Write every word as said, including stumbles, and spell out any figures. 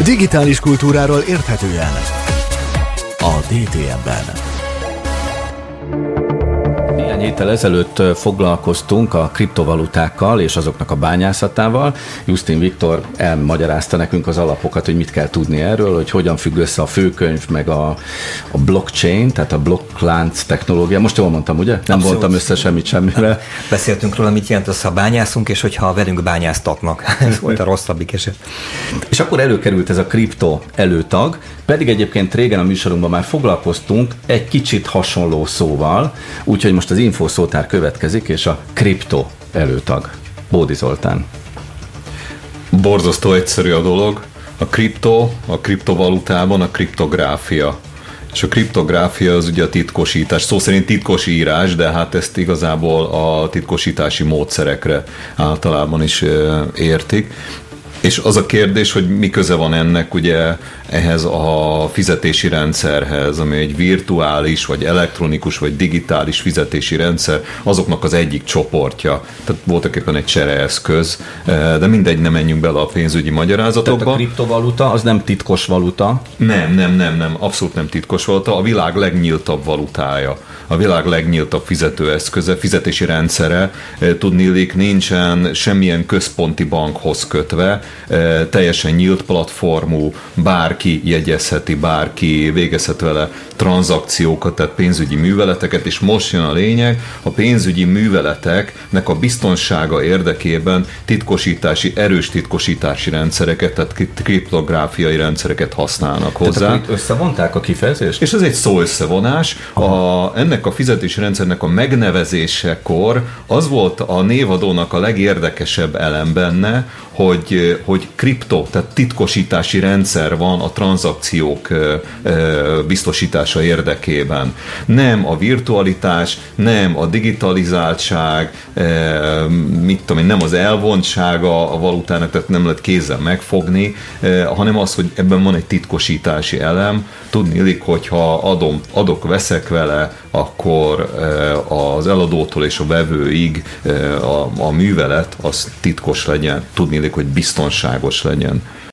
Digitális kultúráról érthetően a dé té em-ben. Néhány héttel ezelőtt foglalkoztunk a kriptovalutákkal és azoknak a bányászatával. Justin Viktor elmagyarázta nekünk az alapokat, hogy mit kell tudni erről, hogy hogyan függ össze a főkönyv, meg a, a blockchain, tehát a blokklánc technológia. Most jól mondtam, ugye? Nem Abszolút. voltam össze semmit semmire. Beszéltünk róla, mit jelent az, ha bányászunk, és hogyha velünk bányáztatnak. Ez volt a rosszabbik eset. És akkor előkerült ez a kripto előtag, pedig egyébként régen a műsorunkban már foglalkoztunk egy kicsit hasonló szóval, úgyhogy most az infószótár következik, és a kripto előtag. Bódi Zoltán. Borzasztó egyszerű a dolog. A kripto, a kriptovalutában a kriptográfia. És a kriptográfia az ugye a titkosítás, szó szerint titkos írás, de hát ezt igazából a titkosítási módszerekre általában is értik. És az a kérdés, hogy mi köze van ennek ugye ehhez a fizetési rendszerhez, ami egy virtuális, vagy elektronikus, vagy digitális fizetési rendszer, azoknak az egyik csoportja. Tehát voltak éppen egy csereeszköz, de mindegy, nem menjünk bele a pénzügyi magyarázatokba. Tehát a kriptovaluta az nem titkos valuta? Nem, nem, nem, nem, abszolút nem titkos valuta. A világ legnyíltabb valutája, a világ legnyíltabb fizetőeszköze, fizetési rendszere, tudniillik nincsen semmilyen központi bankhoz kötve, teljesen nyílt platformú, bárki jegyezheti, bárki végezhet vele tranzakciókat, tehát pénzügyi műveleteket, és most jön a lényeg, a pénzügyi műveleteknek a biztonsága érdekében titkosítási, erős titkosítási rendszereket, tehát kriptográfiai rendszereket használnak hozzá. Tehát akkor itt összevonták a kifejezést? És ez egy szó összevonás. A, ennek a fizetési rendszernek a megnevezésekor az volt a névadónak a legérdekesebb elem benne, hogy, hogy kripto, tehát titkosítási rendszer van a tranzakciók biztosítása érdekében. Nem a virtualitás, nem a digitalizáltság, mit tudom én, nem az elvontsága a valutának, tehát nem lehet kézzel megfogni, hanem az, hogy ebben van egy titkosítási elem. Tudniillik, hogyha adom, adok, veszek vele, akkor az eladótól és a vevőig a, a művelet az titkos legyen, tudniillik, hogy biztonságos legyen.